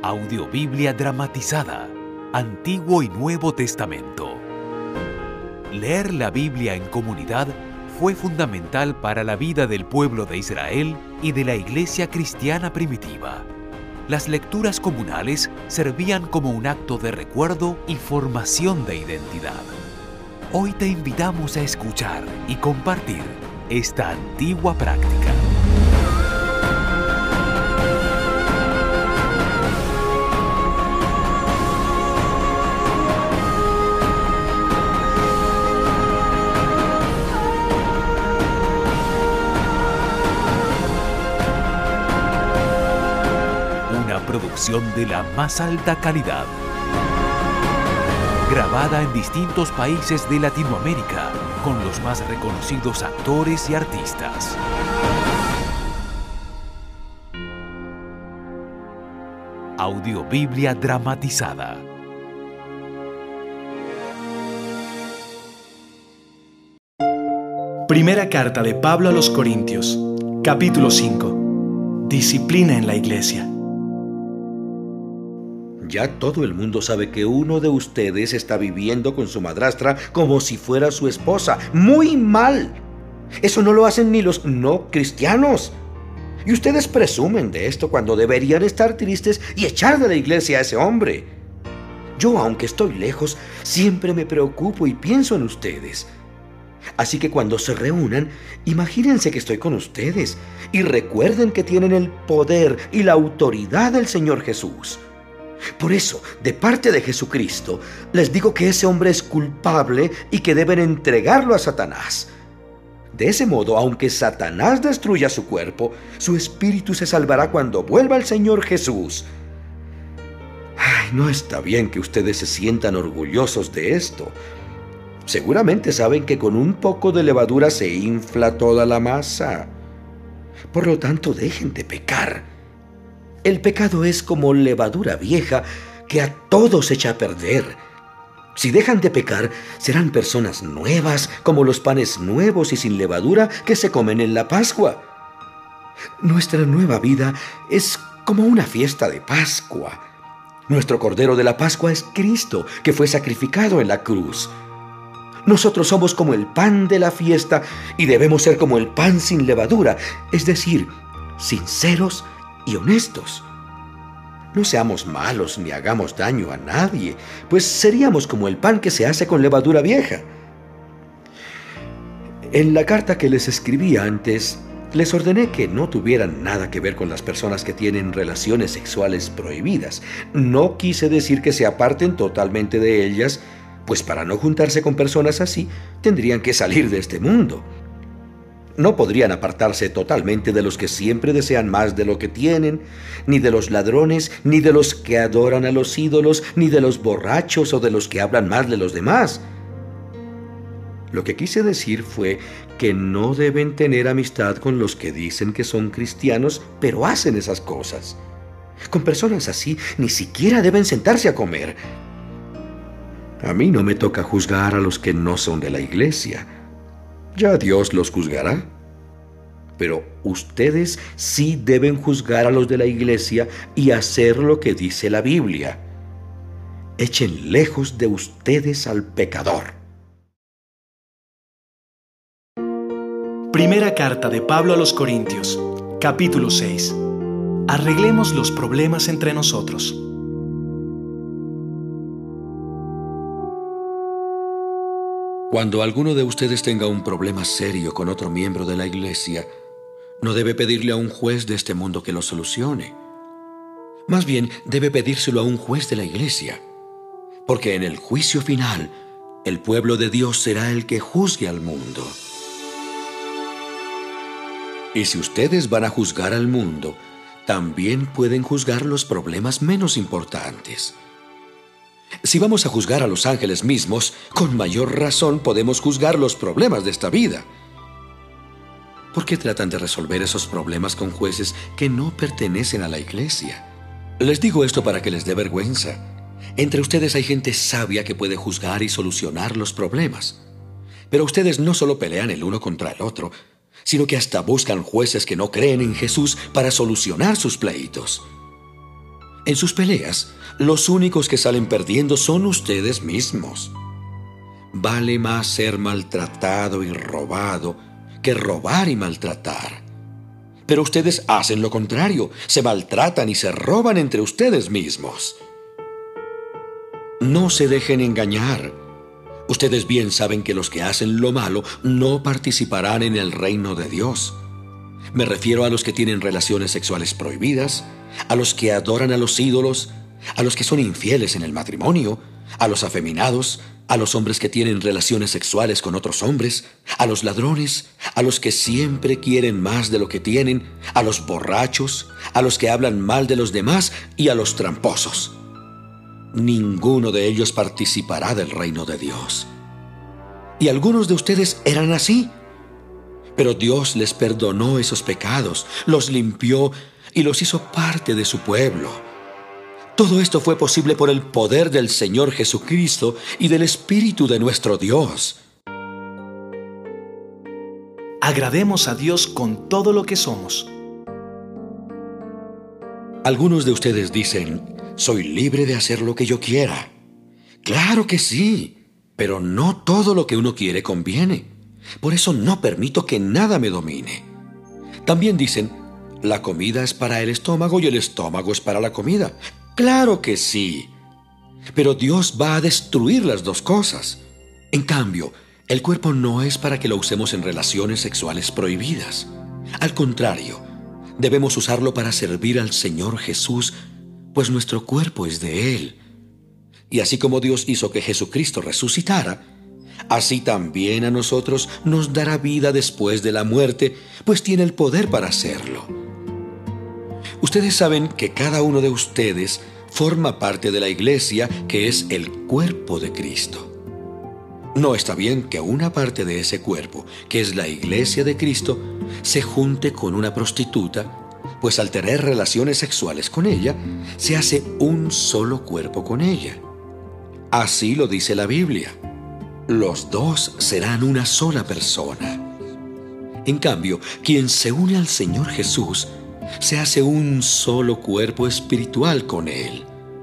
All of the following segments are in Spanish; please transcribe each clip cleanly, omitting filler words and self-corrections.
Audiobiblia dramatizada, Antiguo y Nuevo Testamento. Leer la Biblia en comunidad fue fundamental para la vida del pueblo de Israel y de la iglesia cristiana primitiva. Las lecturas comunales servían como un acto de recuerdo y formación de identidad. Hoy te invitamos a escuchar y compartir esta antigua práctica. Producción de la más alta calidad. Grabada en distintos países de Latinoamérica con los más reconocidos actores y artistas. Audiobiblia dramatizada. Primera carta de Pablo a los Corintios, capítulo 5. Disciplina en la iglesia. Ya todo el mundo sabe que uno de ustedes está viviendo con su madrastra como si fuera su esposa. ¡Muy mal! Eso no lo hacen ni los no cristianos. Y ustedes presumen de esto cuando deberían estar tristes y echar de la iglesia a ese hombre. Yo, aunque estoy lejos, siempre me preocupo y pienso en ustedes. Así que cuando se reúnan, imagínense que estoy con ustedes y recuerden que tienen el poder y la autoridad del Señor Jesús. Por eso, de parte de Jesucristo, les digo que ese hombre es culpable y que deben entregarlo a Satanás. De ese modo, aunque Satanás destruya su cuerpo, su espíritu se salvará cuando vuelva el Señor Jesús. Ay, no está bien que ustedes se sientan orgullosos de esto. Seguramente saben que con un poco de levadura se infla toda la masa. Por lo tanto, dejen de pecar. El pecado es como levadura vieja que a todos echa a perder. Si dejan de pecar, serán personas nuevas, como los panes nuevos y sin levadura que se comen en la Pascua. Nuestra nueva vida es como una fiesta de Pascua. Nuestro Cordero de la Pascua es Cristo, que fue sacrificado en la cruz. Nosotros somos como el pan de la fiesta y debemos ser como el pan sin levadura, es decir, sinceros y honestos. No seamos malos ni hagamos daño a nadie, pues seríamos como el pan que se hace con levadura vieja. En la carta que les escribí antes, les ordené que no tuvieran nada que ver con las personas que tienen relaciones sexuales prohibidas. No quise decir que se aparten totalmente de ellas, pues para no juntarse con personas así, tendrían que salir de este mundo. No podrían apartarse totalmente de los que siempre desean más de lo que tienen, ni de los ladrones, ni de los que adoran a los ídolos, ni de los borrachos o de los que hablan mal de los demás. Lo que quise decir fue que no deben tener amistad con los que dicen que son cristianos, pero hacen esas cosas. Con personas así, ni siquiera deben sentarse a comer. A mí no me toca juzgar a los que no son de la iglesia. Ya Dios los juzgará. Pero ustedes sí deben juzgar a los de la iglesia y hacer lo que dice la Biblia. Echen lejos de ustedes al pecador. Primera carta de Pablo a los Corintios, capítulo 6. Arreglemos los problemas entre nosotros. Cuando alguno de ustedes tenga un problema serio con otro miembro de la iglesia, no debe pedirle a un juez de este mundo que lo solucione. Más bien, debe pedírselo a un juez de la iglesia, porque en el juicio final, el pueblo de Dios será el que juzgue al mundo. Y si ustedes van a juzgar al mundo, también pueden juzgar los problemas menos importantes. Si vamos a juzgar a los ángeles mismos, con mayor razón podemos juzgar los problemas de esta vida. ¿Por qué tratan de resolver esos problemas con jueces que no pertenecen a la iglesia? Les digo esto para que les dé vergüenza. Entre ustedes hay gente sabia que puede juzgar y solucionar los problemas. Pero ustedes no solo pelean el uno contra el otro, sino que hasta buscan jueces que no creen en Jesús para solucionar sus pleitos. En sus peleas, los únicos que salen perdiendo son ustedes mismos. Vale más ser maltratado y robado que robar y maltratar. Pero ustedes hacen lo contrario, se maltratan y se roban entre ustedes mismos. No se dejen engañar. Ustedes bien saben que los que hacen lo malo no participarán en el reino de Dios. Me refiero a los que tienen relaciones sexuales prohibidas, a los que adoran a los ídolos, a los que son infieles en el matrimonio, a los afeminados, a los hombres que tienen relaciones sexuales con otros hombres, a los ladrones, a los que siempre quieren más de lo que tienen, a los borrachos, a los que hablan mal de los demás y a los tramposos. Ninguno de ellos participará del reino de Dios. Y algunos de ustedes eran así. Pero Dios les perdonó esos pecados, los limpió y los hizo parte de su pueblo. Todo esto fue posible por el poder del Señor Jesucristo y del Espíritu de nuestro Dios. Agrademos a Dios con todo lo que somos. Algunos de ustedes dicen: soy libre de hacer lo que yo quiera. Claro que sí, pero no todo lo que uno quiere conviene. Por eso no permito que nada me domine. También dicen: la comida es para el estómago y el estómago es para la comida. Claro que sí, pero Dios va a destruir las dos cosas. En cambio, el cuerpo no es para que lo usemos en relaciones sexuales prohibidas. Al contrario, debemos usarlo para servir al Señor Jesús, pues nuestro cuerpo es de Él. Y así como Dios hizo que Jesucristo resucitara, así también a nosotros nos dará vida después de la muerte, pues tiene el poder para hacerlo. Ustedes saben que cada uno de ustedes forma parte de la iglesia, que es el cuerpo de Cristo. No está bien que una parte de ese cuerpo, que es la iglesia de Cristo, se junte con una prostituta, pues al tener relaciones sexuales con ella, se hace un solo cuerpo con ella. Así lo dice la Biblia. Los dos serán una sola persona. En cambio, quien se une al Señor Jesús, se hace un solo cuerpo espiritual con Él.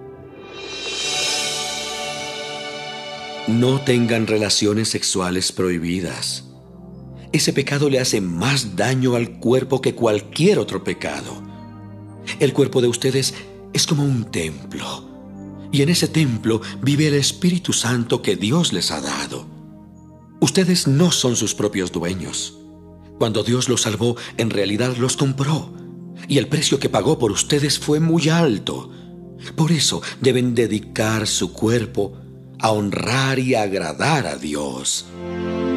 No tengan relaciones sexuales prohibidas. Ese pecado le hace más daño al cuerpo que cualquier otro pecado. El cuerpo de ustedes es como un templo, y en ese templo vive el Espíritu Santo que Dios les ha dado. Ustedes no son sus propios dueños. Cuando Dios los salvó, en realidad los compró, y el precio que pagó por ustedes fue muy alto. Por eso deben dedicar su cuerpo a honrar y agradar a Dios.